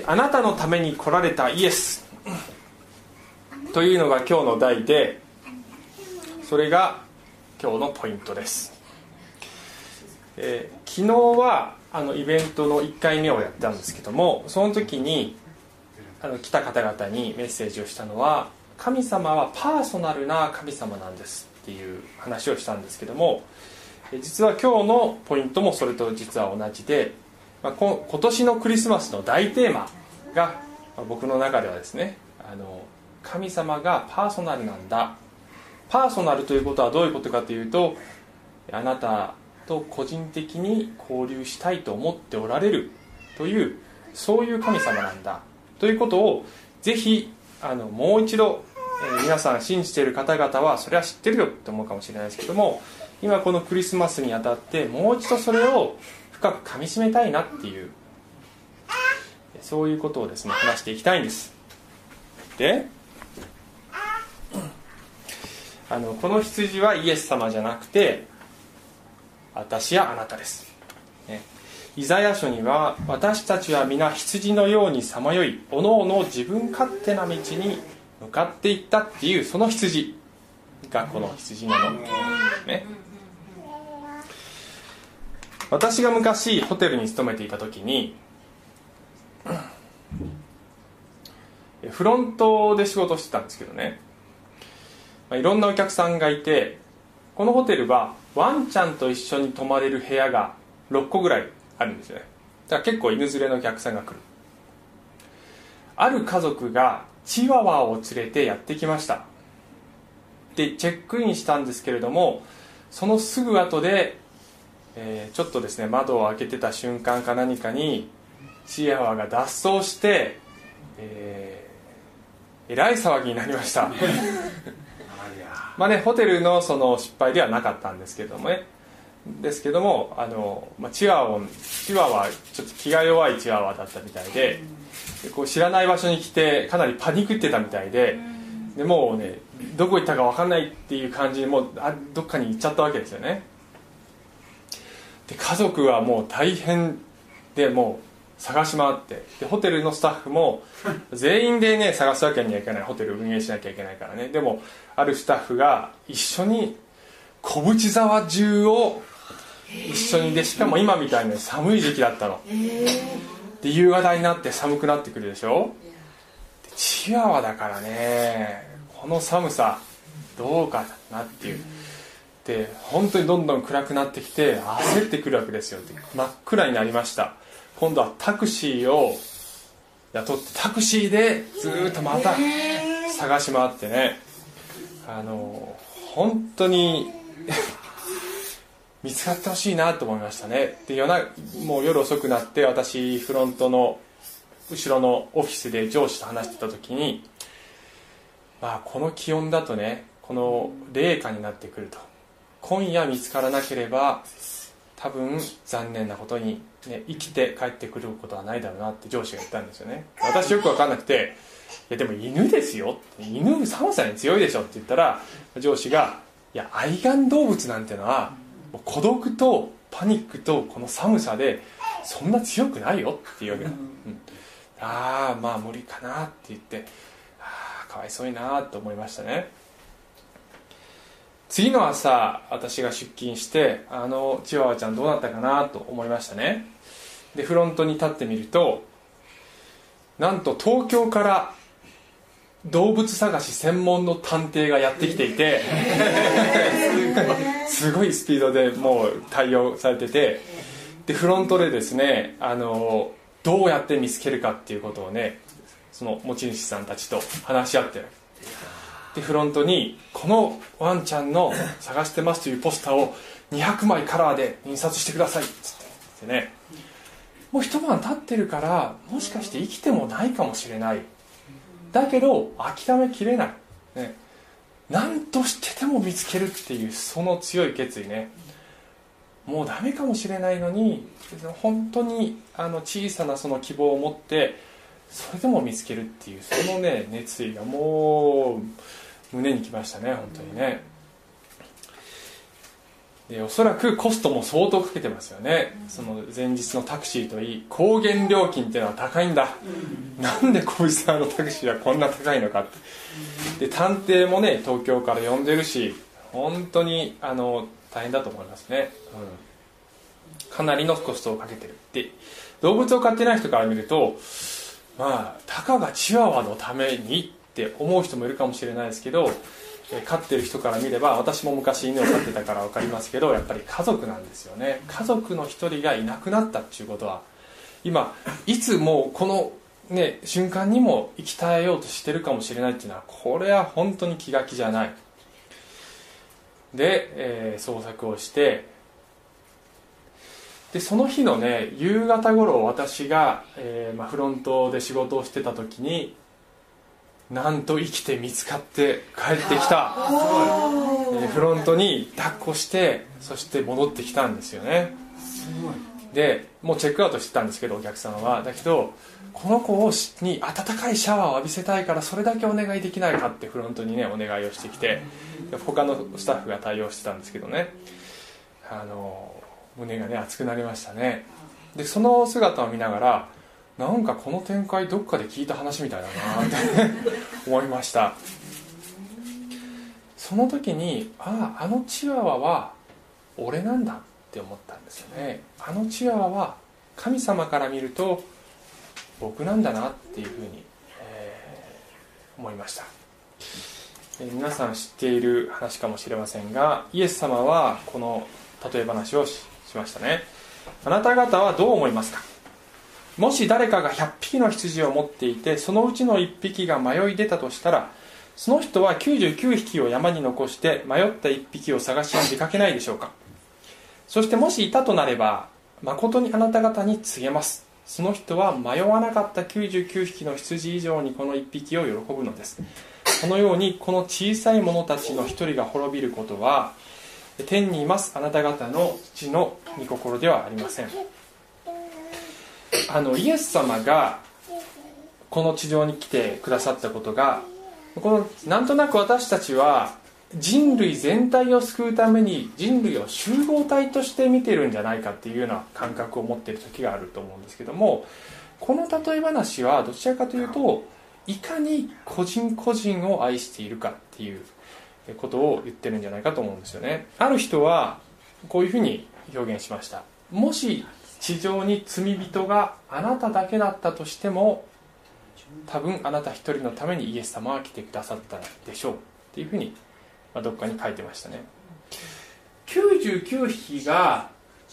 あなたのために来られたイエスというのが今日の題で、それが今日のポイントです。昨日はイベントの1回目をやったんですけども、その時に来た方々にメッセージをしたのは、神様はパーソナルな神様なんですっていう話をしたんですけども、実は今日のポイントもそれと実は同じで、今年のクリスマスの大テーマが僕の中ではですね、神様がパーソナルなんだ。パーソナルということはどういうことかというと、あなたと個人的に交流したいと思っておられるという、そういう神様なんだということをぜひもう一度、皆さん信じている方々はそれは知ってるよって思うかもしれないですけども、今このクリスマスにあたってもう一度それを深くかみしめたいなっていう、そういうことをですね話していきたいんです。で、この羊はイエス様じゃなくて私やあなたです、ね、イザヤ書には、私たちは皆羊のようにさまよい、おのおの自分勝手な道に向かっていったっていう、その羊がこの羊なの、ね、私が昔ホテルに勤めていた時にフロントで仕事してたんですけどね、いろんなお客さんがいて、このホテルはワンちゃんと一緒に泊まれる部屋が6個ぐらいあるんですよね。だから結構犬連れのお客さんが来る。ある家族がチワワを連れてやってきました。でチェックインしたんですけれども、そのすぐ後で、ちょっとですね窓を開けてた瞬間か何かにチワワが脱走して、えらい騒ぎになりましたまあね、ホテルのその失敗ではなかったんですけどもね、チワワちょっと気が弱いチワワだったみたいで、こう知らない場所に来てかなりパニクってたみたいで、もうねどこ行ったか分かんないっていう感じで、もうどっかに行っちゃったわけですよね。で家族はもう大変で、もう探し回って、でホテルのスタッフも全員でね探すわけにはいかない、ホテル運営しなきゃいけないからね。でもあるスタッフが一緒に小淵沢中を一緒に、でしかも今みたいな寒い時期だったので、夕方になって寒くなってくるでしょ。でチワワだからね、この寒さどうかなっていう。で本当にどんどん暗くなってきて焦ってくるわけですよ。で真っ暗になりました。今度はタクシーを雇って、タクシーでずっとまた探し回ってね、本当に見つかってほしいなと思いましたね。でもう夜遅くなって、私フロントの後ろのオフィスで上司と話してた時に、この気温だとね、この冷夏になってくると、今夜見つからなければ多分残念なことに、ね、生きて帰ってくることはないだろうなって上司が言ったんですよね。私よく分かんなくて、いやでも犬ですよ、犬寒さに強いでしょって言ったら、上司が、いや愛玩動物なんてのはもう孤独とパニックとこの寒さでそんな強くないよっていうわけだ、まあ無理かなって言って、かわいそうになと思いましたね。次の朝私が出勤して、チワワちゃんどうなったかなと思いましたね。でフロントに立ってみると、なんと東京から動物探し専門の探偵がやってきていてすごいスピードでもう対応されてて、でフロントでですね、どうやって見つけるかっていうことをね、その持ち主さんたちと話し合ってる。でフロントに、このワンちゃんの探してますというポスターを200枚カラーで印刷してくださいっつってね、もう一晩経ってるから、もしかして生きてもないかもしれない、だけど諦めきれない、ね、何としてでも見つけるっていうその強い決意ね。もうダメかもしれないのに、本当に小さなその希望を持ってそれでも見つけるっていう、そのね熱意がもう胸にきましたね、本当にね。 でおそらくコストも相当かけてますよね。その前日のタクシーといい、高原料金っていうのは高いんだ、なんで小石さんのタクシーはこんな高いのかって。で探偵もね東京から呼んでるし、本当に大変だと思いますね、かなりのコストをかけてる。で動物を飼ってない人から見ると、まあたかがチワワのためにって思う人もいるかもしれないですけど、飼ってる人から見れば、私も昔犬を飼ってたから分かりますけど、やっぱり家族なんですよね。家族の一人がいなくなったっていうことは、今いつもうこのね瞬間にも生き絶えようとしてるかもしれないっていうのは、これは本当に気が気じゃない。で、捜索をして、でその日のね夕方頃、私が、フロントで仕事をしてた時に、なんと生きて見つかって帰ってきた。フロントに抱っこして、そして戻ってきたんですよね。でもうチェックアウトしてたんですけど、お客さんは。だけどこの子に温かいシャワーを浴びせたいから、それだけお願いできないかってフロントにねお願いをしてきて、他のスタッフが対応してたんですけどね、胸がね熱くなりましたね。でその姿を見ながら、なんかこの展開どっかで聞いた話みたいだなって思いました。その時に、あのチワワは俺なんだって思ったんですよね。あのチワワは神様から見ると僕なんだなっていうふうに、思いました。皆さん知っている話かもしれませんが、イエス様はこの例え話をしましたね。あなた方はどう思いますか。もし誰かが100匹の羊を持っていて、そのうちの1匹が迷い出たとしたら、その人は99匹を山に残して迷った1匹を探しに出かけないでしょうか。そしてもしいたとなれば、誠にあなた方に告げます。その人は迷わなかった99匹の羊以上にこの1匹を喜ぶのです。このようにこの小さい者たちの1人が滅びることは、天にいますあなた方の父の御心ではありません。イエス様がこの地上に来てくださったことが、なんとなく私たちは人類全体を救うために人類を集合体として見てるんじゃないかっていうような感覚を持っている時があると思うんですけども、この例え話はどちらかというと、いかに個人個人を愛しているかっていうことを言ってるんじゃないかと思うんですよね。ある人はこういうふうに表現しました。もし地上に罪人があなただけだったとしても、多分あなた一人のためにイエス様は来てくださったでしょうっていうふうに、どっかに書いてましたね。99匹が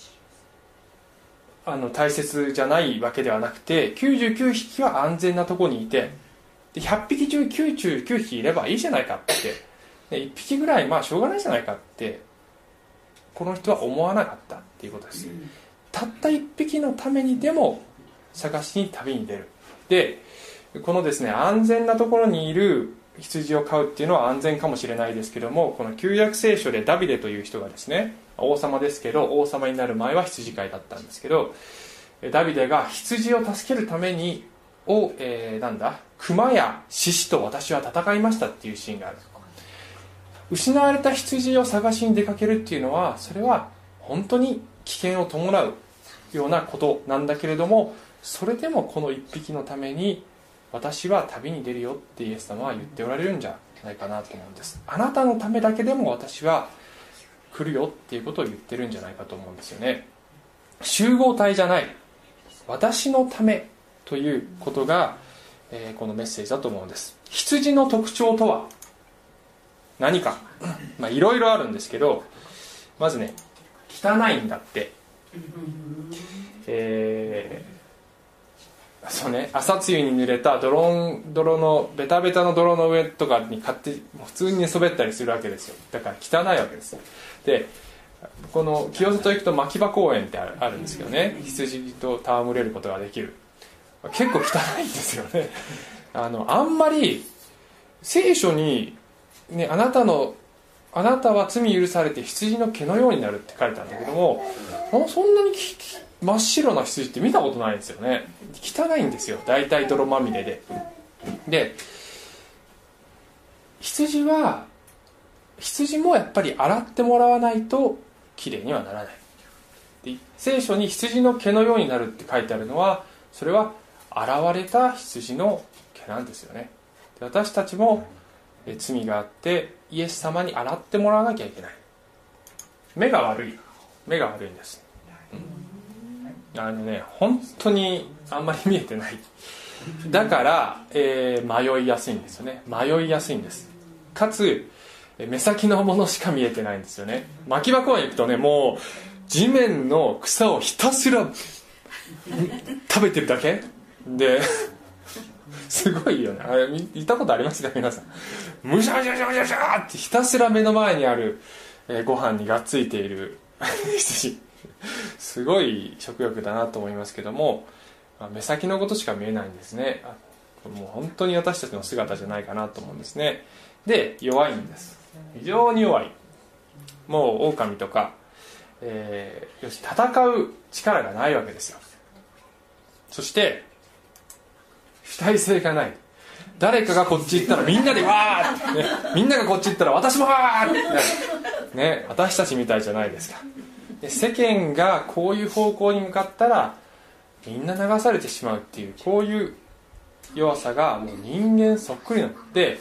大切じゃないわけではなくて、99匹は安全なところにいて、で100匹中99匹いればいいじゃないかって、1匹ぐらいしょうがないじゃないかってこの人は思わなかったっていうことです。たった1匹のためにでも探しに旅に出る。でこのですね、安全なところにいる羊を飼うっていうのは安全かもしれないですけども、この旧約聖書でダビデという人がですね、王様ですけど、王様になる前は羊飼いだったんですけど、ダビデが羊を助けるために熊や獅子と私は戦いましたっていうシーンがある。失われた羊を探しに出かけるっていうのは、それは本当に危険を伴うようなことなんだけれども、それでもこの一匹のために私は旅に出るよってイエス様は言っておられるんじゃないかなと思うんです。あなたのためだけでも私は来るよっていうことを言ってるんじゃないかと思うんですよね。集合体じゃない、私のためということが、このメッセージだと思うんです。羊の特徴とは何か、いろいろあるんですけど、まずね、汚いんだって。そうね、朝露に濡れた泥のベタベタの泥の上とかに普通に寝そべったりするわけですよ。だから汚いわけです。でこの清里行くと牧場公園ってあるんですけどね、羊と戯れることができる。結構汚いんですよね。あんまり聖書に、ね、あなたは罪許されて羊の毛のようになるって書いてあるんだけども、そんなに真っ白な羊って見たことないんですよね。汚いんですよ、大体泥まみれで。羊もやっぱり洗ってもらわないときれいにはならない。で聖書に羊の毛のようになるって書いてあるのは、それは現れた羊の毛なんですよね。で私たちも罪があってイエス様に洗ってもらわなきゃいけない。目が悪いんです、本当にあんまり見えてない。だから、迷いやすいんですよね。迷いやすいんです。かつ目先のものしか見えてないんですよね。牧場公園行くとね、もう地面の草をひたすら食べてるだけですごいよね。あれ行ったことありますか皆さん。むしゃむしゃむしゃむしゃってひたすら目の前にある、ご飯にがっついている羊すごい食欲だなと思いますけども、目先のことしか見えないんですね。もう本当に私たちの姿じゃないかなと思うんですね。で弱いんです。非常に弱い。もう狼とか、戦う力がないわけですよ。そして主体性がない。誰かがこっち行ったらみんなでわーって、ね、みんながこっち行ったら私もわーってね、私たちみたいじゃないですか。で世間がこういう方向に向かったらみんな流されてしまうっていう、こういう弱さがもう人間そっくりなので、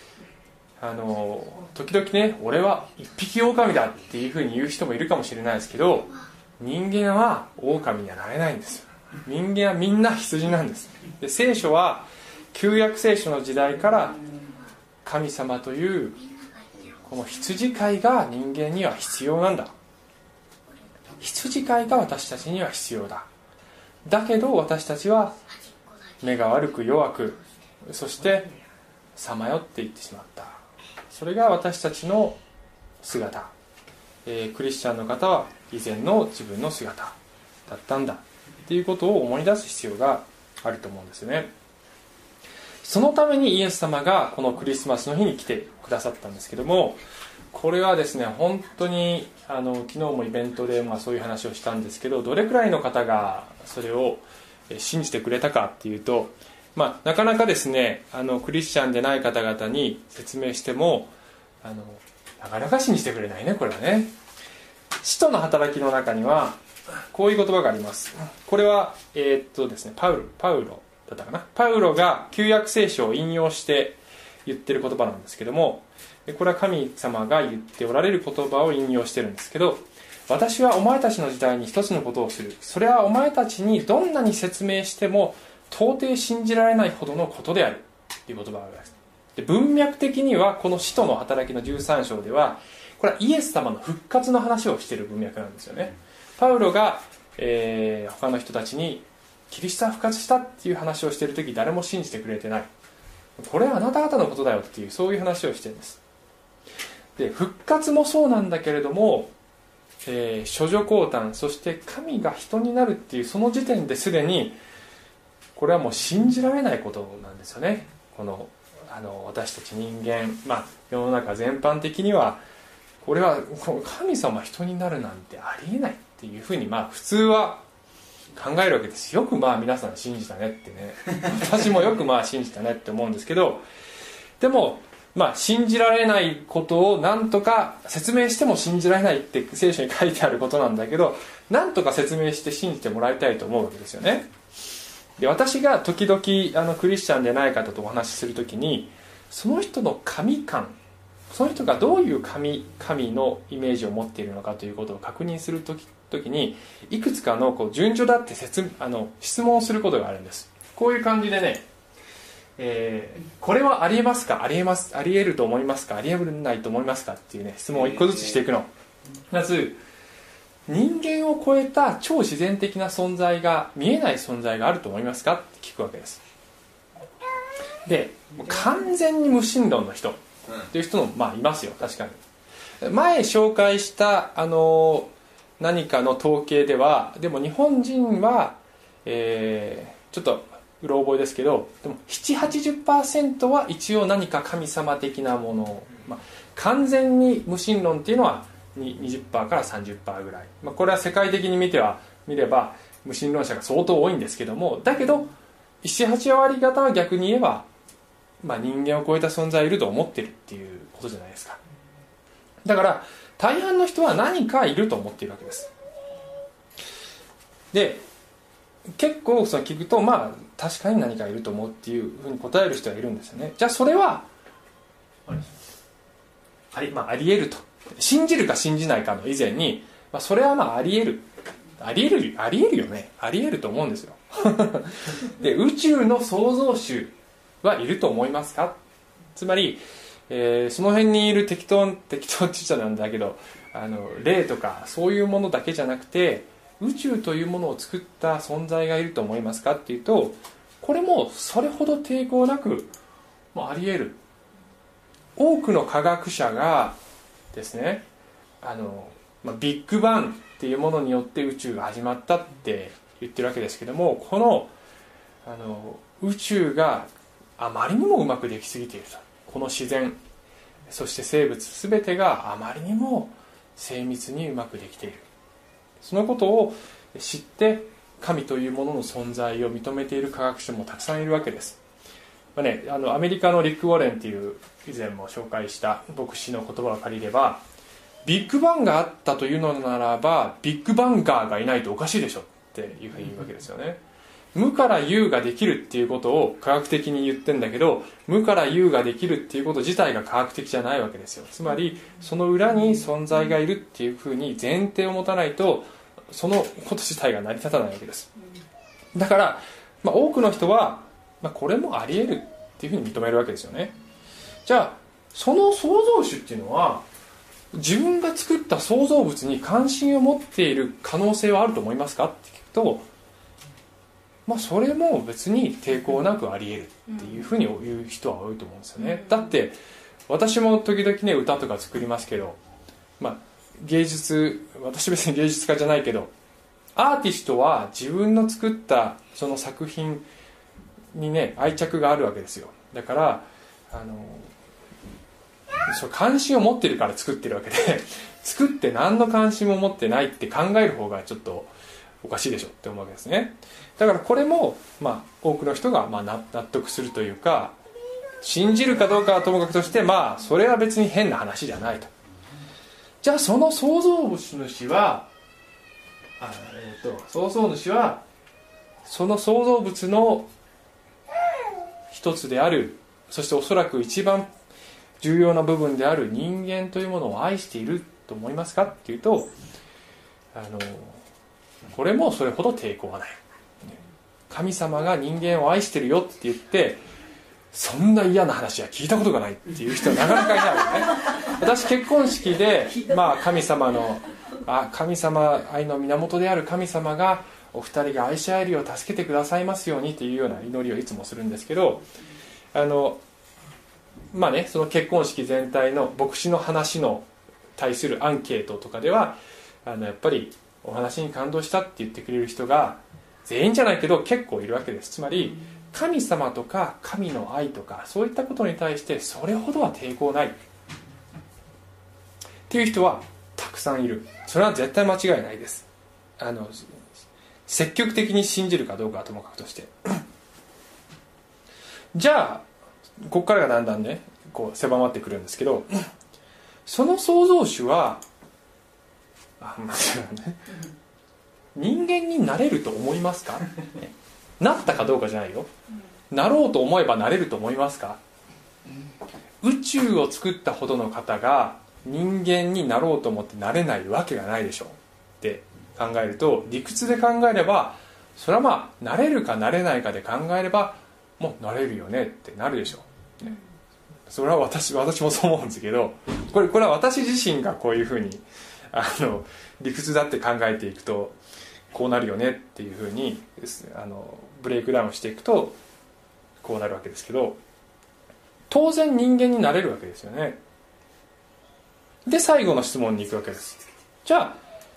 時々ね、俺は一匹狼だっていうふうに言う人もいるかもしれないですけど、人間は狼にはなれないんですよ。人間はみんな羊なんです。で聖書は旧約聖書の時代から神様というこの羊飼いが人間には必要なんだ。羊飼いが私たちには必要だ。だけど私たちは目が悪く弱く、そしてさまよっていってしまった。それが私たちの姿、クリスチャンの方は以前の自分の姿だったんだっていうことを思い出す必要があると思うんですよね。そのためにイエス様がこのクリスマスの日に来てくださったんですけども、これはですね、本当に昨日もイベントでそういう話をしたんですけど、どれくらいの方がそれを信じてくれたかっていうと、なかなかですね、クリスチャンでない方々に説明してもなかなか信じてくれないね。これはね、使徒の働きの中にはこういう言葉があります。これはですね、パウロだったかな。パウロが旧約聖書を引用して言ってる言葉なんですけども、これは神様が言っておられる言葉を引用してるんですけど、私はお前たちの時代に一つのことをする。それはお前たちにどんなに説明しても到底信じられないほどのことであるという言葉があります。で文脈的にはこの使徒の働きの13章では、これはイエス様の復活の話をしている文脈なんですよね。パウロが、他の人たちにキリストは復活したっていう話をしているとき、誰も信じてくれてない。これはあなた方のことだよっていう、そういう話をしてるんです。で復活もそうなんだけれども、処女降誕、そして神が人になるっていうその時点ですでにこれはもう信じられないことなんですよね。この私たち人間、世の中全般的にはこれは神様人になるなんてありえないっていうふうに普通は考えるわけです。よく皆さん信じたねってね私もよく信じたねって思うんですけど、でも信じられないことを何とか説明しても信じられないって聖書に書いてあることなんだけど、何とか説明して信じてもらいたいと思うわけですよね。で私が時々クリスチャンでない方とお話しするときに、その人の神観、その人がどういう神のイメージを持っているのかということを確認するときに、いくつかの順序だって質問をすることがあるんです。こういう感じでね、これはありえますか、ありえると思いますか、ありえないと思いますかっていうね、質問を一個ずつしていくの。まず人間を超えた超自然的な存在が、見えない存在があると思いますかって聞くわけです。で完全に無神論の人っていう人もいますよ。確かに前紹介した何かの統計では、でも日本人は、ちょっとうろ覚えですけど、でも 7,80% は一応何か神様的なものを、完全に無神論っていうのは 20% から 30% ぐらい、これは世界的に見れば無神論者が相当多いんですけども、だけど 7,8 割方は逆に言えば、人間を超えた存在いると思ってるっていうことじゃないですか。 だから大半の人は何かいると思っているわけです。で結構その聞くと確かに何かいると思うっていうふうに答える人はいるんですよね。じゃあそれはあり得ると、信じるか信じないかの以前に、それはあり得るよね、あり得ると思うんですよで宇宙の創造主はいると思いますか。つまり、その辺にいる適当って言っちゃなんだけど霊とかそういうものだけじゃなくて宇宙というものを作った存在がいると思いますかっていうと、これもそれほど抵抗なくあり得る。多くの科学者がですねビッグバンっていうものによって宇宙が始まったって言ってるわけですけども、この宇宙があまりにもうまくできすぎていると、この自然そして生物全てがあまりにも精密にうまくできている、そのことを知って神というものの存在を認めている科学者もたくさんいるわけです。アメリカのリック・ウォレンっていう以前も紹介した牧師の言葉を借りれば、ビッグバンがあったというのならばビッグバンガーがいないとおかしいでしょっていうふうに言うわけですよね。無から有ができるっていうことを科学的に言ってんだけど、無から有ができるっていうこと自体が科学的じゃないわけですよ。つまりその裏に存在がいるっていうふうに前提を持たないとそのこと自体が成り立たないわけです。だから、多くの人は、これもあり得るっていうふうに認めるわけですよね。じゃあその創造主っていうのは自分が作った創造物に関心を持っている可能性はあると思いますかって聞くと、それも別に抵抗なくあり得るっていうふうに言う人は多いと思うんですよね。だって私も時々ね歌とか作りますけど、芸術、私別に芸術家じゃないけどアーティストは自分の作ったその作品にね愛着があるわけですよ。だからそう関心を持ってるから作ってるわけで作って何の関心も持ってないって考える方がちょっとおかしいでしょって思うわけですね。だからこれも、多くの人が納得するというか、信じるかどうかはともかくとして、それは別に変な話じゃないと。じゃあその創造主はその創造物の一つである、そしておそらく一番重要な部分である人間というものを愛していると思いますかっていうと、これもそれほど抵抗はない。神様が人間を愛してるよって言ってそんな嫌な話は聞いたことがないっていう人はなかなかいないわけね。私結婚式で、神様愛の源である神様がお二人が愛し合えるよう助けてくださいますようにというような祈りをいつもするんですけど、その結婚式全体の牧師の話の対するアンケートとかではやっぱりお話に感動したって言ってくれる人が全員じゃないけど結構いるわけです。つまり神様とか神の愛とかそういったことに対してそれほどは抵抗ないっていう人はたくさんいる。それは絶対間違いないです。積極的に信じるかどうかはともかくとしてじゃあここからがだんだんねこう狭まってくるんですけど、その創造主は人間になれると思いますかなったかどうかじゃないよ。なろうと思えばなれると思いますか。宇宙を作ったほどの方が人間になろうと思ってなれないわけがないでしょうって考えると、理屈で考えればそれはなれるかなれないかで考えればもうなれるよねってなるでしょう、ね、それは私もそう思うんですけど、これは私自身がこういうふうに理屈だって考えていくとこうなるよねっていうふうにブレイクダウンしていくとこうなるわけですけど、当然人間になれるわけですよね。で最後の質問に行くわけです。じゃ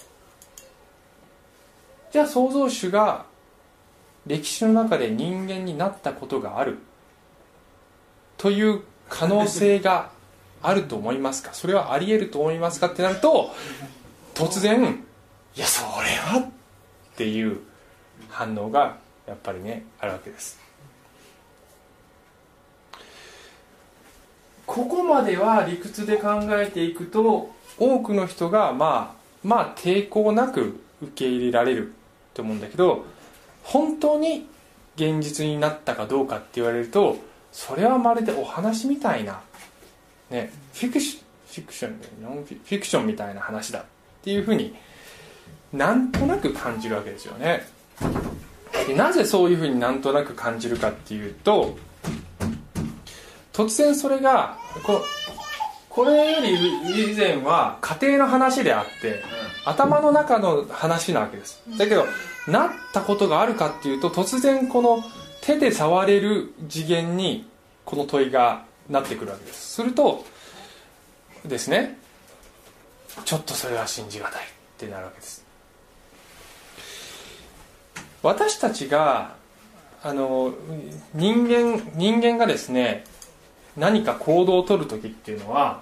あ創造主が歴史の中で人間になったことがあるという可能性があると思いますか、それはあり得ると思いますかってなると、突然いやそれはっていう反応がやっぱりねあるわけです。 ここまでは理屈で考えていくと多くの人がまあ抵抗なく受け入れられると思うんだけど、本当に現実になったかどうかって言われると、それはまるでお話みたいな、ね、フィクションでノンフィクションみたいな話だっていうふうになんとなく感じるわけですよね。でなぜそういうふうになんとなく感じるかっていうと、突然それがこれより以前は家庭の話であって頭の中の話なわけです。だけどなったことがあるかっていうと、突然この手で触れる次元にこの問いがなってくるわけです。するとですね、ちょっとそれは信じがたいってなるわけです。私たちが人間がですね、何か行動を取るときっていうのは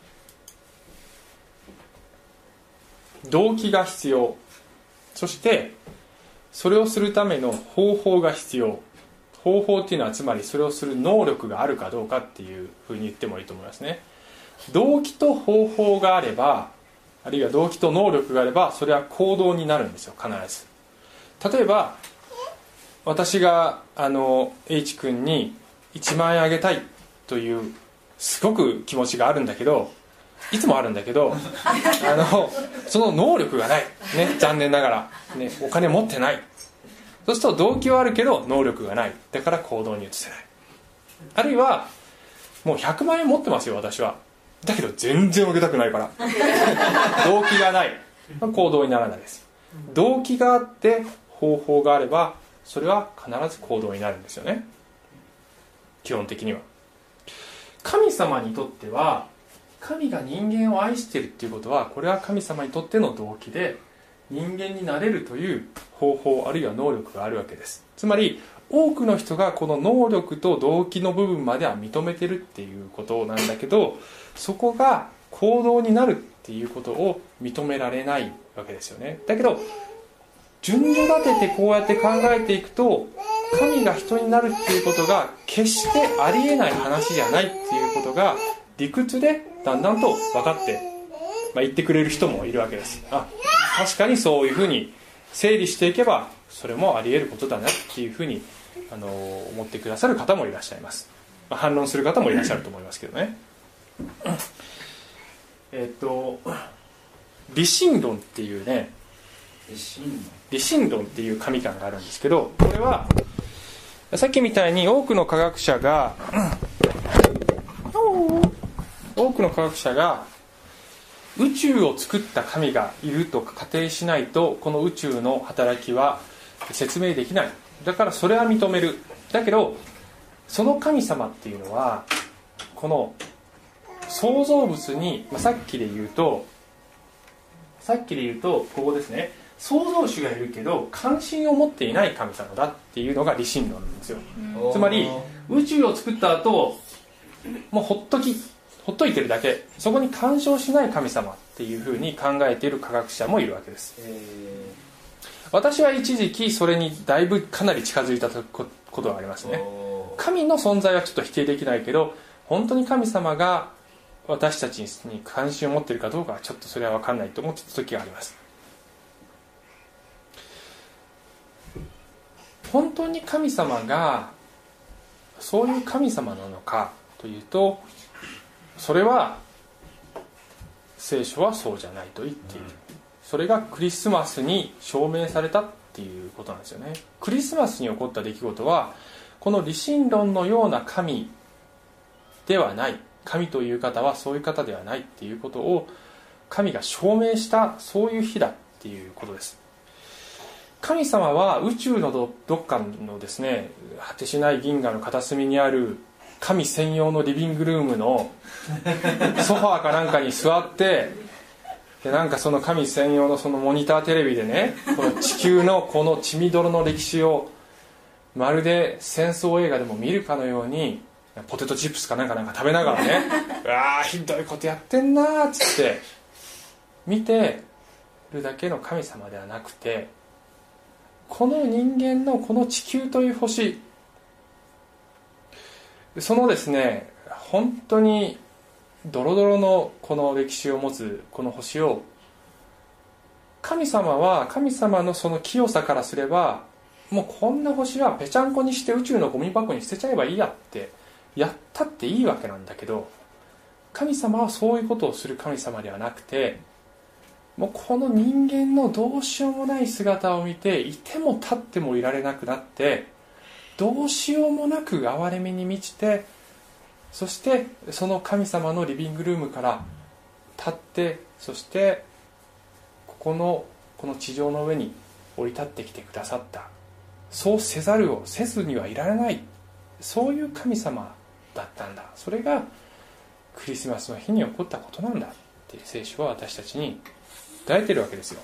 動機が必要、そしてそれをするための方法が必要。方法っていうのはつまりそれをする能力があるかどうかっていうふうに言ってもいいと思いますね。動機と方法があれば、あるいは動機と能力があれば、それは行動になるんですよ、必ず。例えば私がH 君に1万円あげたいというすごく気持ちがあるんだけど、いつもあるんだけどその能力がない、ね、残念ながら、ね、お金持ってない。そうすると動機はあるけど能力がない、だから行動に移せない。あるいはもう100万円持ってますよ私は、だけど全然あげたくないから動機がない、行動にならないです。動機があって方法があれば、それは必ず行動になるんですよね、基本的には。神様にとっては、神が人間を愛しているっていうことは、これは神様にとっての動機で、人間になれるという方法あるいは能力があるわけです。つまり多くの人がこの能力と動機の部分までは認めてるっていうことなんだけど、そこが行動になるっていうことを認められないわけですよね。だけど順序立ててこうやって考えていくと、神が人になるっていうことが決してありえない話じゃないっていうことが理屈でだんだんと分かって、言ってくれる人もいるわけです。確かにそういうふうに整理していけばそれもあり得ることだなっていうふうに思ってくださる方もいらっしゃいます。反論する方もいらっしゃると思いますけどね。理心論っていうね、理心論っていう神観があるんですけど、これはさっきみたいに多くの科学者が宇宙を作った神がいると仮定しないと、この宇宙の働きは説明できない。だからそれは認める。だけどその神様っていうのはこの創造物に、さっきで言うとここですね、創造主がいるけど関心を持っていない神様だっていうのが理心論なんですよ。つまり宇宙を作った後もうほっといてるだけ、そこに干渉しない神様っていうふうに考えている科学者もいるわけです。私は一時期それにだいぶかなり近づいたことがありますね。神の存在はちょっと否定できないけど、本当に神様が私たちに関心を持っているかどうかはちょっとそれは分かんないと思ってた時があります。本当に神様がそういう神様なのかというと、それは聖書はそうじゃないと言っている。それがクリスマスに証明されたっていうことなんですよね。クリスマスに起こった出来事はこの理心論のような神ではない、神という方はそういう方ではないっていうことを神が証明した、そういう日だっていうことです。神様は宇宙のどっかのですね、果てしない銀河の片隅にある神専用のリビングルームのソファーかなんかに座って、でなんかその神専用のそのモニターテレビでね、この地球のこの血みどろの歴史をまるで戦争映画でも見るかのようにポテトチップスかなんか食べながらねうわーひどいことやってんなーっつって見てるだけの神様ではなくて、この人間のこの地球という星、そのですね本当にドロドロのこの歴史を持つこの星を、神様は神様のその清さからすれば、もうこんな星はぺちゃんこにして宇宙のゴミ箱に捨てちゃえばいいやってやったっていいわけなんだけど、神様はそういうことをする神様ではなくて、もうこの人間のどうしようもない姿を見て、いても立ってもいられなくなって、どうしようもなく哀れみに満ちて、そしてその神様のリビングルームから立って、そしてこの地上の上に降り立ってきてくださった。そうせざるをせずにはいられない、そういう神様だったんだ。それがクリスマスの日に起こったことなんだって聖書は私たちに伝えているわけですよ。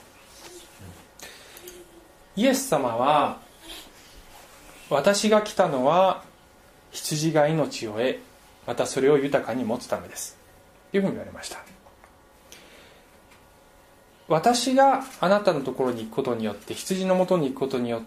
イエス様は、私が来たのは羊が命を得、またそれを豊かに持つためですというふうに言われました。私があなたのところに行くことによって、羊のもとに行くことによって、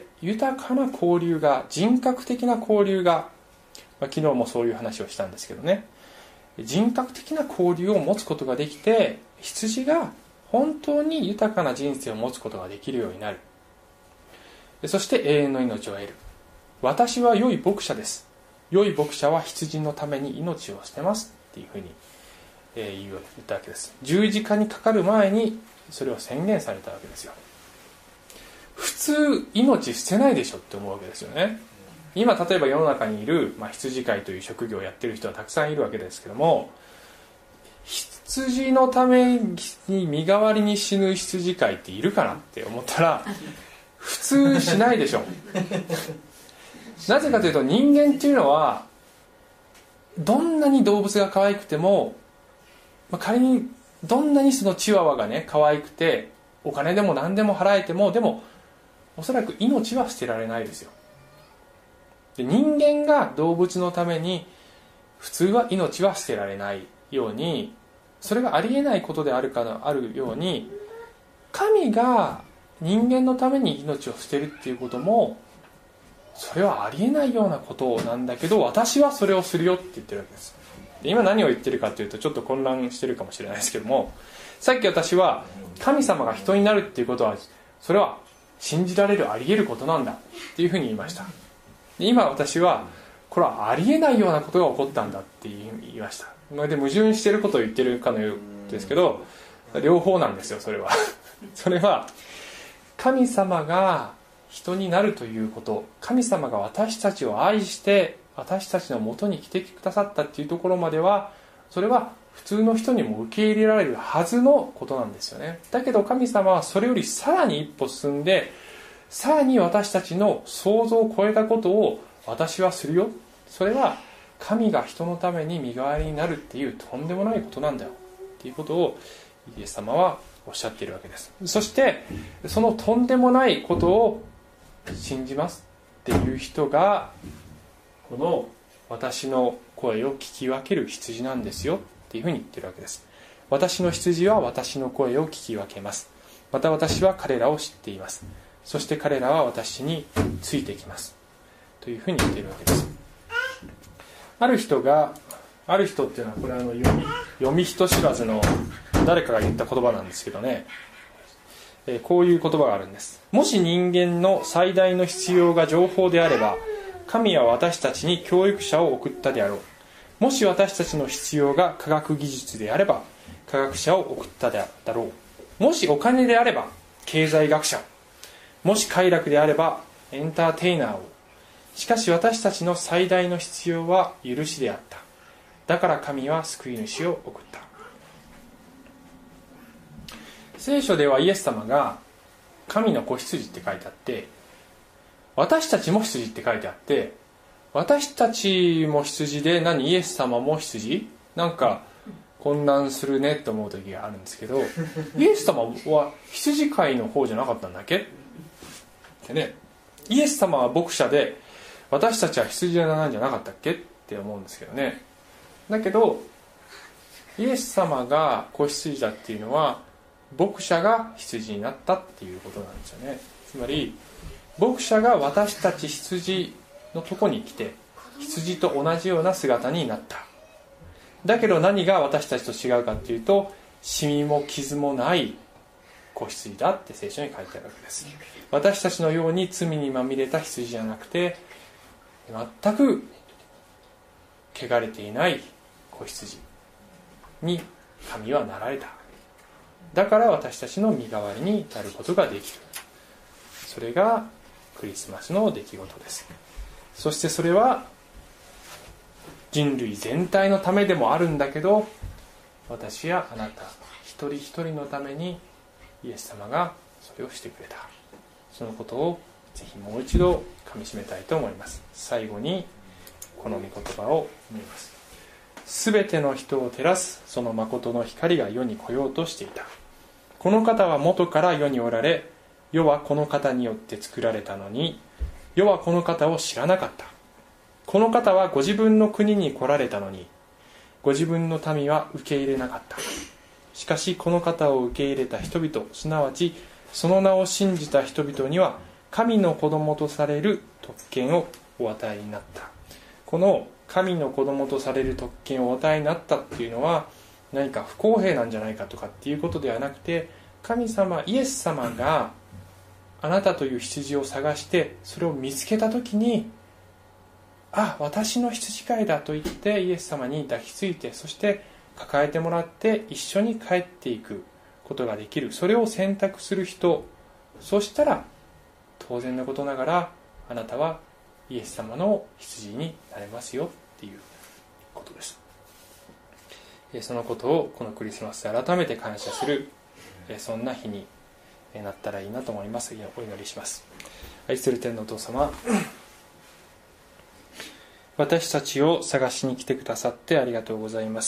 豊かな交流が、人格的な交流が、昨日もそういう話をしたんですけどね、人格的な交流を持つことができて、羊が本当に豊かな人生を持つことができるようになる。そして永遠の命を得る。私は良い牧者です。良い牧者は羊のために命を捨てますっていうふうに言ったわけです。十字架にかかる前にそれを宣言されたわけですよ。普通命捨てないでしょって思うわけですよね。今例えば世の中にいる、羊飼いという職業をやってる人はたくさんいるわけですけども、羊のために身代わりに死ぬ羊飼いっているかなって思ったら普通しないでしょ。なぜかというと、人間っていうのはどんなに動物が可愛くても、仮にどんなにそのチワワがね可愛くてお金でも何でも払えても、でもおそらく命は捨てられないですよ。で、人間が動物のために普通は命は捨てられないように、それがありえないことであるように、神が人間のために命を捨てるっていうことも、それはありえないようなことなんだけど、私はそれをするよって言ってるわけです。で、今何を言ってるかというとちょっと混乱してるかもしれないですけども、さっき私は神様が人になるっていうことは、それは信じられる、あり得ることなんだっていうふうに言いました。で、今私はこれはありえないようなことが起こったんだって言いました。で、矛盾してることを言ってるかのようですけど、両方なんですよ。それはそれは神様が人になるということ、神様が私たちを愛して私たちの元に来てくださったっていうところまでは、それは普通の人にも受け入れられるはずのことなんですよね。だけど神様はそれよりさらに一歩進んで、さらに私たちの想像を超えたことを私はするよ。それは神が人のために身代わりになるっていうとんでもないことなんだよっていうことをイエス様はおっしゃっているわけです。そしてそのとんでもないことを信じますっていう人が、この私の声を聞き分ける羊なんですよっていうふうに言ってるわけです。私の羊は私の声を聞き分けます。また私は彼らを知っています。そして彼らは私についてきますというふうに言っているわけです。ある人っていうのは、これは読み人知らずの誰かが言った言葉なんですけどね、こういう言葉があるんです。もし人間の最大の必要が情報であれば、神は私たちに教育者を送ったであろう。もし私たちの必要が科学技術であれば、科学者を送っただろう。もしお金であれば経済学者を、もし快楽であればエンターテイナーを。しかし私たちの最大の必要は許しであった。だから神は救い主を送った。聖書ではイエス様が神の子羊って書いてあって、私たちも羊って書いてあって、私たちも羊でイエス様も羊？なんか混乱するねって思う時があるんですけど、イエス様は羊飼いの方じゃなかったんだっけってね。イエス様は牧者で私たちは羊なんじゃなかったっけって思うんですけどね。だけどイエス様が子羊だっていうのは、牧者が羊になったっていうことなんですよね。つまり牧者が私たち羊のとこに来て、羊と同じような姿になった。 だけど何が私たちと違うかというと、シミも傷もない子羊だって聖書に書いてあるわけです。私たちのように罪にまみれた羊じゃなくて、全く汚れていない子羊に神はなられた。だから私たちの身代わりになることができる。それがクリスマスの出来事です。そしてそれは人類全体のためでもあるんだけど、私やあなた一人一人のためにイエス様がそれをしてくれた。そのことをぜひもう一度かみしめたいと思います。最後にこの御言葉を見ます。すべての人を照らすその誠の光が世に来ようとしていた。この方は元から世におられ、世はこの方によって作られたのに、世はこの方を知らなかった。この方はご自分の国に来られたのに、ご自分の民は受け入れなかった。しかしこの方を受け入れた人々、すなわちその名を信じた人々には神の子供とされる特権をお与えになった。この神の子供とされる特権をお与えになったっていうのは、何か不公平なんじゃないかとかっていうことではなくて、神様イエス様があなたという羊を探してそれを見つけたときに、あ、私の羊飼いだと言ってイエス様に抱きついて、そして抱えてもらって一緒に帰っていくことができる。それを選択する人、そしたら当然のことながらあなたはイエス様の羊になれますよっていうことです。そのことをこのクリスマスで改めて感謝する、そんな日になったらいいなと思います。お祈りします。愛する天のお父様、私たちを探しに来てくださってありがとうございます。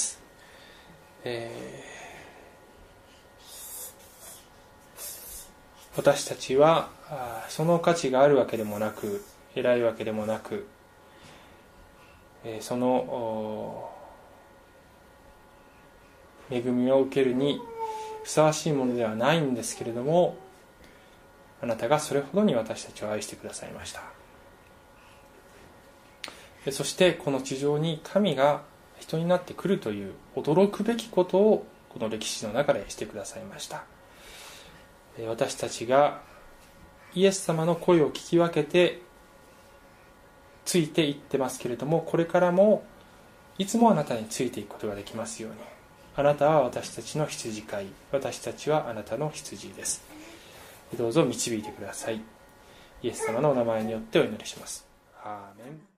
私たちはその価値があるわけでもなく、偉いわけでもなく、その恵みを受けるにふさわしいものではないんですけれども、あなたがそれほどに私たちを愛してくださいました。そしてこの地上に神が人になってくるという驚くべきことをこの歴史の中でしてくださいました。私たちがイエス様の声を聞き分けてついていってますけれども、これからもいつもあなたについていくことができますように。あなたは私たちの羊飼い、私たちはあなたの羊です。どうぞ導いてください。イエス様のお名前によってお祈りします。アーメン。